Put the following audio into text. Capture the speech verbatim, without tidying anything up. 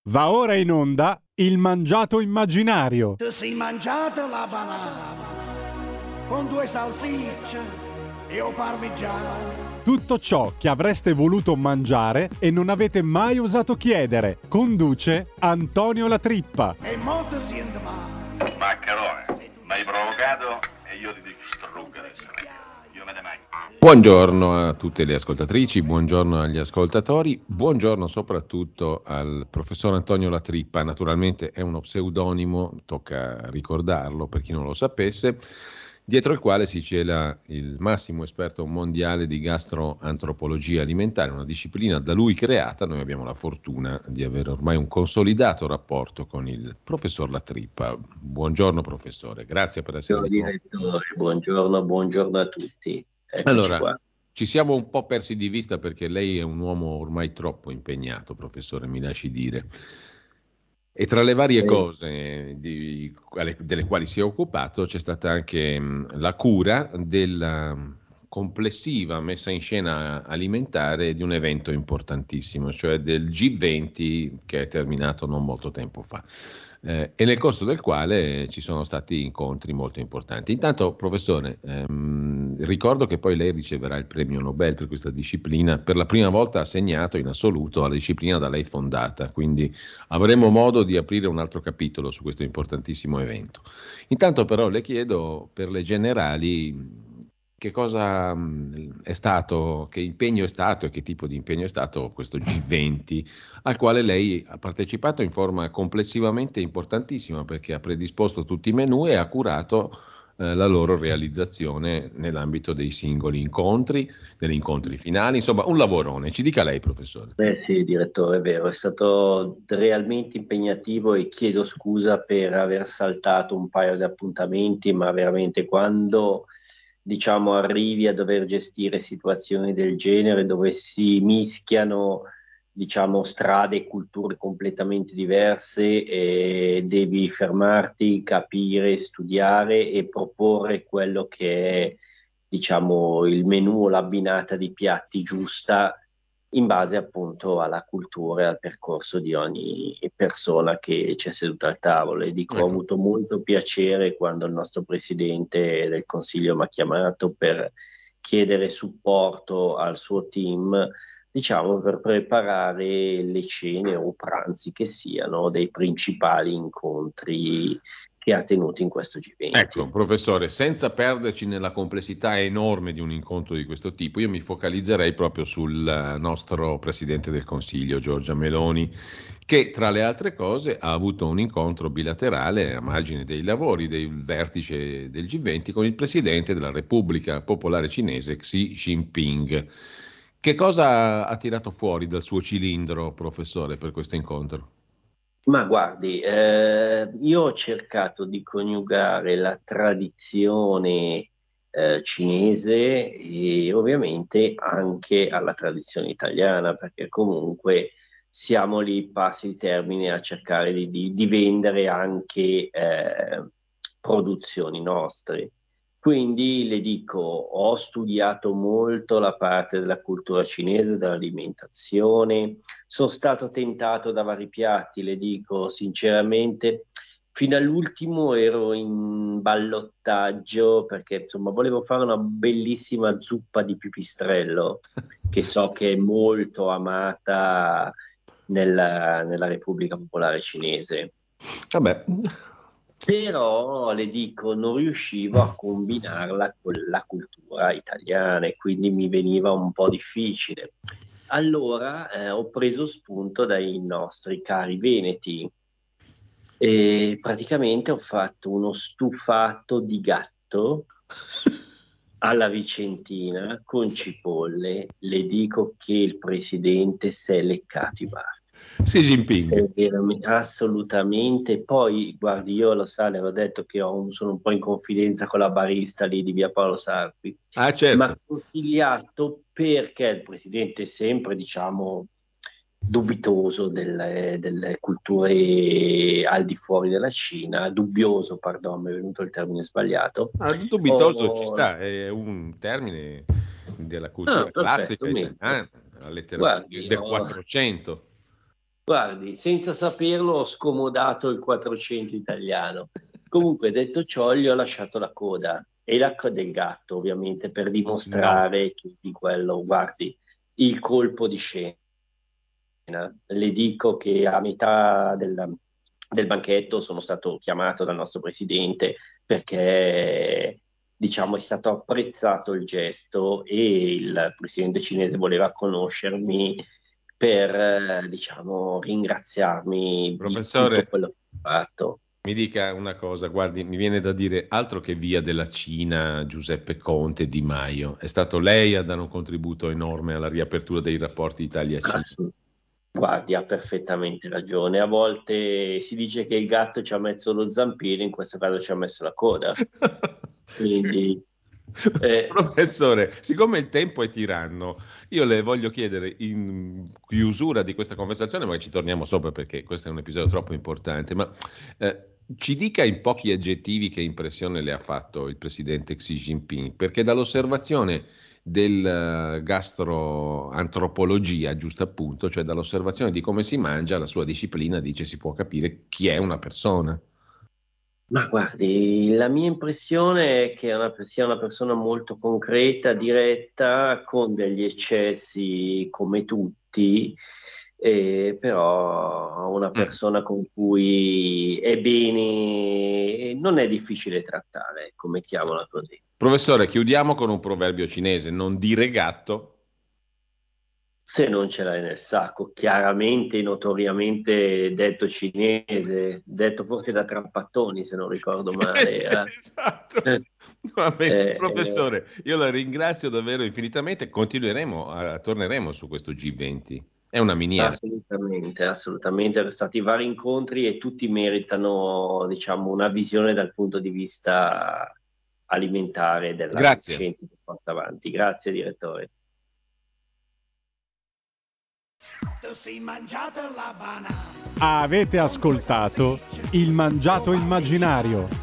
Va ora in onda il Mangiato Immaginario. Ti sei mangiato la banana con due salsicce e o parmigiano. Tutto ciò che avreste voluto mangiare e non avete mai osato chiedere. Conduce Antonio La Trippa. E molto si male. Maccherone, mi hai provocato e io ti distruggo adesso. Io me ne mangio. Buongiorno a tutte le ascoltatrici, buongiorno agli ascoltatori, buongiorno soprattutto al professor Antonio La Trippa. Naturalmente è uno pseudonimo, tocca ricordarlo per chi non lo sapesse, dietro il quale si cela il massimo esperto mondiale di gastroantropologia alimentare, una disciplina da lui creata. Noi abbiamo la fortuna di avere ormai un consolidato rapporto con il professor La Trippa. Buongiorno professore, grazie per essere qui. Direttore, buongiorno, buongiorno a tutti. Eccoci allora, qua. Ci siamo un po' persi di vista perché lei è un uomo ormai troppo impegnato, professore, mi lasci dire. E tra le varie cose di, delle quali si è occupato c'è stata anche mh, la cura della complessiva messa in scena alimentare di un evento importantissimo, cioè del G venti, che è terminato non molto tempo fa. Eh, e nel corso del quale ci sono stati incontri molto importanti. Intanto, professore, ehm, ricordo che poi lei riceverà il premio Nobel per questa disciplina, per la prima volta assegnato in assoluto alla disciplina da lei fondata, quindi avremo modo di aprire un altro capitolo su questo importantissimo evento. Intanto però le chiedo, per le generali, che cosa è stato, che impegno è stato e che tipo di impegno è stato questo G venti, al quale lei ha partecipato in forma complessivamente importantissima, perché ha predisposto tutti i menù e ha curato eh, la loro realizzazione nell'ambito dei singoli incontri, degli incontri finali, insomma un lavorone. Ci dica lei, professore. Eh sì, direttore, è vero, è stato realmente impegnativo e chiedo scusa per aver saltato un paio di appuntamenti, ma veramente quando diciamo arrivi a dover gestire situazioni del genere dove si mischiano diciamo strade e culture completamente diverse, e devi fermarti, capire, studiare e proporre quello che è diciamo il menù o l'abbinata di piatti giusta in base appunto alla cultura e al percorso di ogni persona che c'è seduta al tavolo. E dico, Ecco. Ho avuto molto piacere quando il nostro presidente del Consiglio mi ha chiamato per chiedere supporto al suo team, diciamo, per preparare le cene o pranzi che siano dei principali incontri che ha tenuto in questo G venti. Ecco, professore, senza perderci nella complessità enorme di un incontro di questo tipo, io mi focalizzerei proprio sul nostro Presidente del Consiglio, Giorgia Meloni, che tra le altre cose ha avuto un incontro bilaterale a margine dei lavori del vertice del G venti con il Presidente della Repubblica Popolare Cinese, Xi Jinping. Che cosa ha tirato fuori dal suo cilindro, professore, per questo incontro? Ma guardi, eh, io ho cercato di coniugare la tradizione eh, cinese e ovviamente anche alla tradizione italiana, perché comunque siamo lì, passi il termine, a cercare di, di, di vendere anche eh, produzioni nostre. Quindi le dico, ho studiato molto la parte della cultura cinese, dell'alimentazione, sono stato tentato da vari piatti, le dico sinceramente, fino all'ultimo ero in ballottaggio perché insomma volevo fare una bellissima zuppa di pipistrello, che so che è molto amata nella, nella Repubblica Popolare Cinese. Vabbè. Però le dico, non riuscivo a combinarla con la cultura italiana e quindi mi veniva un po' difficile. Allora eh, ho preso spunto dai nostri cari veneti e praticamente ho fatto uno stufato di gatto alla vicentina con cipolle. Le dico che il presidente si è leccato i baffi. Xi Jinping. Assolutamente. Poi guardi, io lo sa, le avevo detto che ho un, sono un po' in confidenza con la barista lì di via Paolo Sarpi. Ah, certo. Ma consigliato perché il presidente è sempre, diciamo, dubitoso delle, delle culture al di fuori della Cina, dubbioso, pardon, mi è venuto il termine sbagliato. Ah, dubitoso Oh, ci sta, è un termine della cultura ah, perfetto, classica italiana, la letteratura guardi, del ho- quattrocento. Guardi, senza saperlo ho scomodato il quattrocento italiano. Comunque, detto ciò, gli ho lasciato la coda e la coda del gatto, ovviamente, per dimostrare no. che di quello, guardi, il colpo di scena. Le dico che a metà del, del banchetto sono stato chiamato dal nostro presidente perché, diciamo, è stato apprezzato il gesto e il presidente cinese voleva conoscermi per, diciamo, ringraziarmi Professore, di tutto quello che ho fatto. Mi dica una cosa, guardi, mi viene da dire altro che via della Cina, Giuseppe Conte, Di Maio. È stato lei a dare un contributo enorme alla riapertura dei rapporti Italia-Cina. Guardi, ha perfettamente ragione. A volte si dice che il gatto ci ha messo lo zampino, in questo caso ci ha messo la coda. Quindi... Eh, Professore, siccome il tempo è tiranno, io le voglio chiedere in chiusura di questa conversazione, ma ci torniamo sopra perché questo è un episodio troppo importante, ma eh, ci dica in pochi aggettivi che impressione le ha fatto il presidente Xi Jinping, perché dall'osservazione del gastroantropologia, giusto appunto, cioè dall'osservazione di come si mangia, la sua disciplina dice si può capire chi è una persona. Ma guardi, la mia impressione è che una, sia una persona molto concreta, diretta, con degli eccessi come tutti, eh, però una persona con cui è bene, non è difficile trattare, ecco, mettiamola così. Professore, chiudiamo con un proverbio cinese, non dire gatto se non ce l'hai nel sacco, chiaramente, notoriamente detto cinese, detto forse da Trampattoni, se non ricordo male. Eh. Esatto. Vabbè, eh, professore, io la ringrazio davvero infinitamente, continueremo, a, torneremo su questo G venti. È una miniera. Assolutamente, assolutamente, sono stati vari incontri e tutti meritano, diciamo, una visione dal punto di vista alimentare della scienza che porta avanti. Grazie, direttore. Avete ascoltato Il Mangiato Immaginario,